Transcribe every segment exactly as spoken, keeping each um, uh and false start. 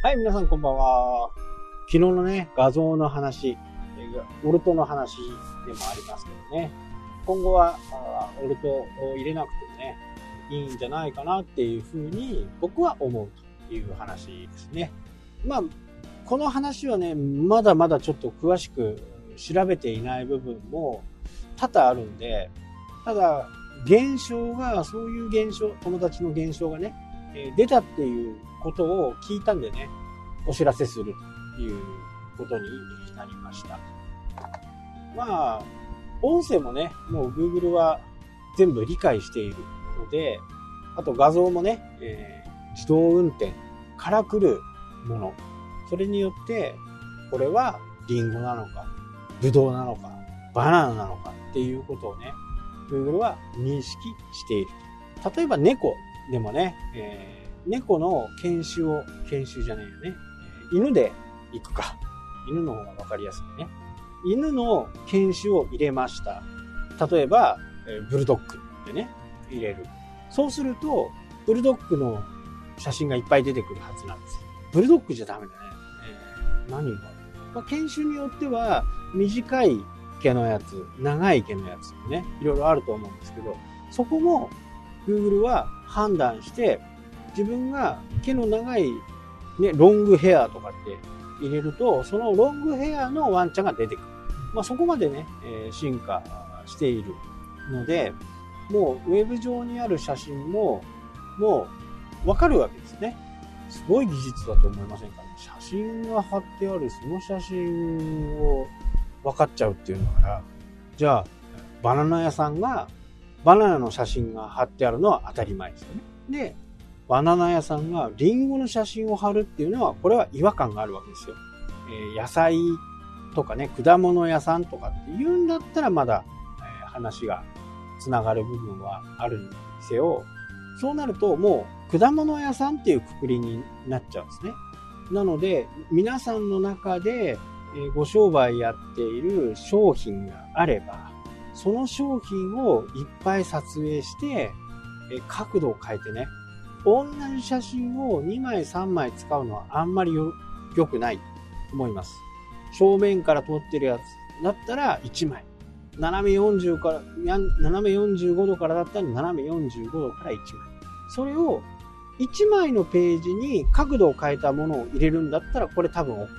はい、皆さんこんばんは。昨日のね、画像の話、オルトの話でもありますけどね、今後はオルトを入れなくてもね、いいんじゃないかなっていうふうに僕は思うという話ですね。まあ、この話はね、まだまだちょっと詳しく調べていない部分も多々あるんで、ただ、現象が、そういう現象、友達の現象がね、出たっていうことを聞いたんでね、お知らせするということになりました。まあ、音声もね、もう Google は全部理解しているので、あと画像もね、えー、自動運転から来るもの、それによって、これはリンゴなのか、ブドウなのか、バナナなのかっていうことをね、Google は認識している。例えば猫でもね、えー、猫の犬種を、犬種じゃないよね、えー、犬で行くか。犬の方が分かりやすいね。犬の犬種を入れました。例えば、えー、ブルドッグでね、入れる。そうすると、ブルドッグの写真がいっぱい出てくるはずなんですよ。ブルドッグじゃダメだね。えー、何が、まあ、犬種によっては、短い毛のやつ、長い毛のやつね、いろいろあると思うんですけど、そこも Google は判断して、自分が毛の長い、ね、ロングヘアとかって入れると、そのロングヘアのワンちゃんが出てくる。まあ、そこまでね、えー、進化しているので、もうウェブ上にある写真も、もうわかるわけですね。すごい技術だと思いませんかね。写真が貼ってあるその写真を分かっちゃうっていうんだから、じゃあバナナ屋さんがバナナの写真が貼ってあるのは当たり前ですよね。で、バナナ屋さんがリンゴの写真を貼るっていうのは、これは違和感があるわけですよ。えー、野菜とかね、果物屋さんとかって言うんだったらまだ、えー、話がつながる部分はあるにせよ、そうなるともう果物屋さんっていうくくりになっちゃうんですね。なので皆さんの中でご商売やっている商品があれば、その商品をいっぱい撮影して角度を変えてね、同じ写真をにまいさんまい使うのはあんまりよ良くないと思います。正面から撮ってるやつだったらいちまい、斜めよんじゅうから斜めよんじゅうごどからだったら斜めよんじゅうごどからいちまい、それをいちまいのページに角度を変えたものを入れるんだったら、これ多分 OK。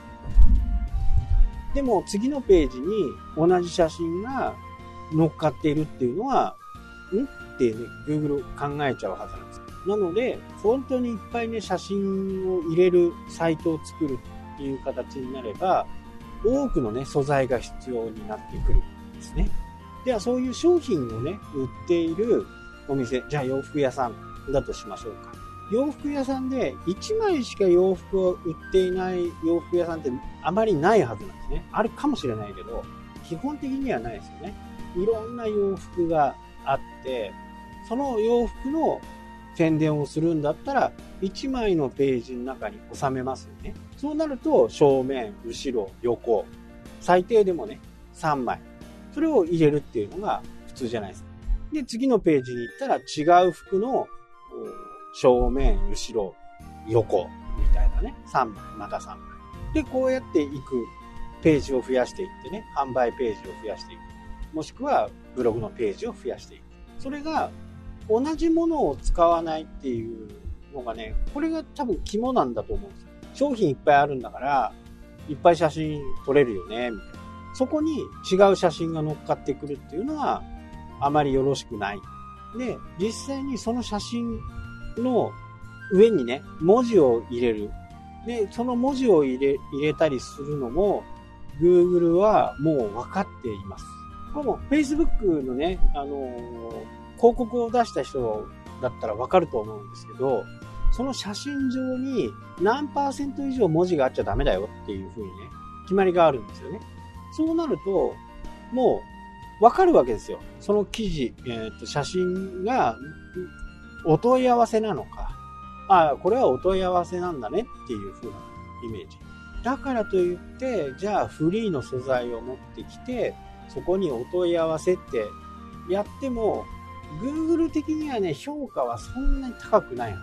でも次のページに同じ写真が乗っかっているっていうのはんってね、 Google 考えちゃうはずなんです。なので本当にいっぱいね、写真を入れるサイトを作るっていう形になれば、多くのね素材が必要になってくるんですね。ではそういう商品をね売っているお店、じゃあ洋服屋さんだとしましょうか。洋服屋さんでいちまいしか洋服を売っていない洋服屋さんってあまりないはずなんですね。あるかもしれないけど、基本的にはないですよね。いろんな洋服があって、その洋服の宣伝をするんだったらいちまいのページの中に収めますよね。そうなると正面、後ろ、横、最低でもねさんまい、それを入れるっていうのが普通じゃないですか。で、次のページに行ったら違う服の正面、後ろ、横みたいなね、さんまい、またさんまいで、こうやっていくページを増やしていってね、販売ページを増やしていく、もしくはブログのページを増やしていく。それが同じものを使わないっていうのがね、これが多分肝なんだと思うんですよ。商品いっぱいあるんだからいっぱい写真撮れるよねみたいな、そこに違う写真が乗っかってくるっていうのはあまりよろしくない。で、実際にその写真の上にね文字を入れる。で、その文字を入れ入れたりするのも Google はもう分かっています。これも Facebook のね、あのー、広告を出した人だったら分かると思うんですけど、その写真上に何パーセント以上文字があっちゃダメだよっていう風にね決まりがあるんですよね。そうなるともう分かるわけですよ。その記事、えー、と写真がお問い合わせなのか、ああこれはお問い合わせなんだねっていう風なイメージだからといって、じゃあフリーの素材を持ってきてそこにお問い合わせってやっても Google 的にはね評価はそんなに高くないんです。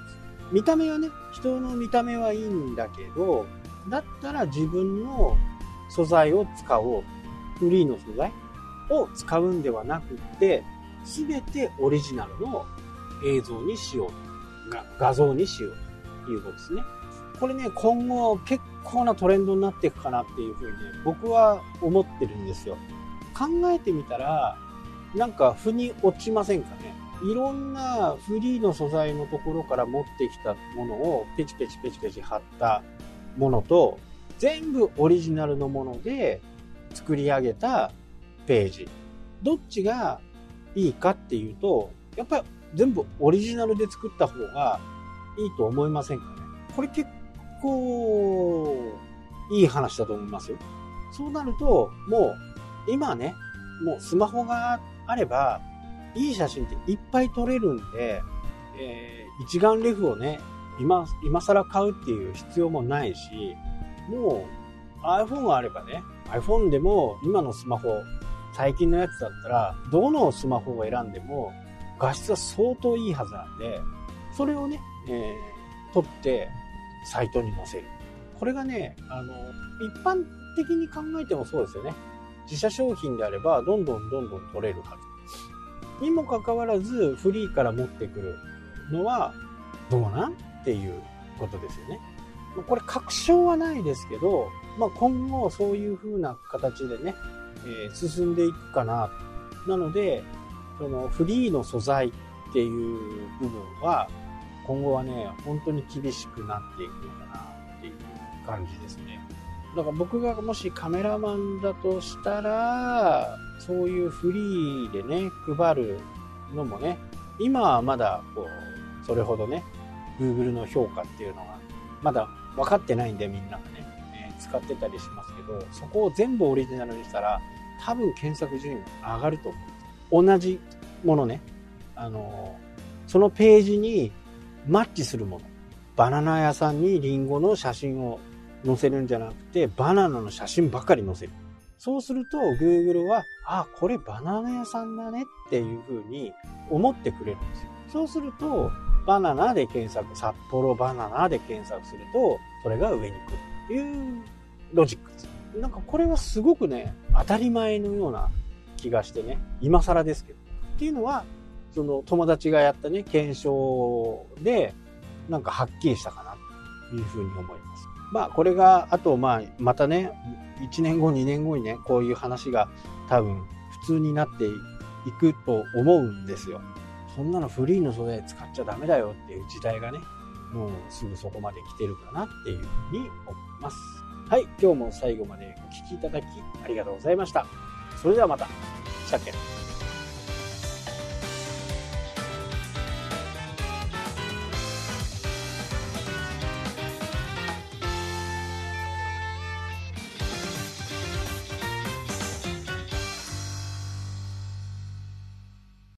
見た目はね、人の見た目はいいんだけど、だったら自分の素材を使おう。フリーの素材を使うんではなくって、すべてオリジナルの映像にしよう。が画像にしようということですね。これね、今後結構なトレンドになっていくかなっていうふうにね、僕は思ってるんですよ。考えてみたら、なんか腑に落ちませんかね。いろんなフリーの素材のところから持ってきたものをペチペチペチペチ貼ったものと、全部オリジナルのもので作り上げたページ。どっちがいいかっていうと、やっぱり全部オリジナルで作った方がいいと思いませんかね。これ結構いい話だと思いますよ。そうなると、もう今ね、もうスマホがあればいい写真っていっぱい撮れるんで、えー、一眼レフをね、今、今更買うっていう必要もないし、もう iPhone があればね、iPhone でも今のスマホ、最近のやつだったら、どのスマホを選んでも画質は相当いいはずなんで、それをね、えー、撮ってサイトに載せる。これがね、あの、一般的に考えてもそうですよね。自社商品であれば、どんどんどんどん撮れるはず。にもかかわらず、フリーから持ってくるのは、どうなんっていうことですよね。これ確証はないですけど、まあ、今後そういう風な形でね、えー、進んでいくかな。なので、そのフリーの素材っていう部分は、今後はね、本当に厳しくなっていくのかなっていう感じですね。だから僕がもしカメラマンだとしたら、そういうフリーでね、配るのもね、今はまだこう、それほどね、Google の評価っていうのがまだ分かってないんでみんながね、えー、使ってたりしますけど、そこを全部オリジナルにしたら多分検索順位が上がると思う。同じものね、あのー、そのページにマッチするもの、バナナ屋さんにリンゴの写真を載せるんじゃなくて、バナナの写真ばかり載せる。そうすると Google は、あ、これバナナ屋さんだねっていう風に思ってくれるんですよ。そうするとバナナで検索、札幌バナナで検索すると、それが上に来るというロジックです。なんかこれはすごくね、当たり前のような気がしてね、今更ですけど。っていうのは、その友達がやったね、検証で、なんかはっきりしたかなというふうに思います。まあこれが、あとまあ、またね、いちねんご、にねんごにね、こういう話が多分普通になっていくと思うんですよ。そんなのフリーの素材使っちゃダメだよっていう時代がね、もうすぐそこまで来てるかなっていうふうに思います。はい、今日も最後までお聞きいただきありがとうございました。それではまた。したっけ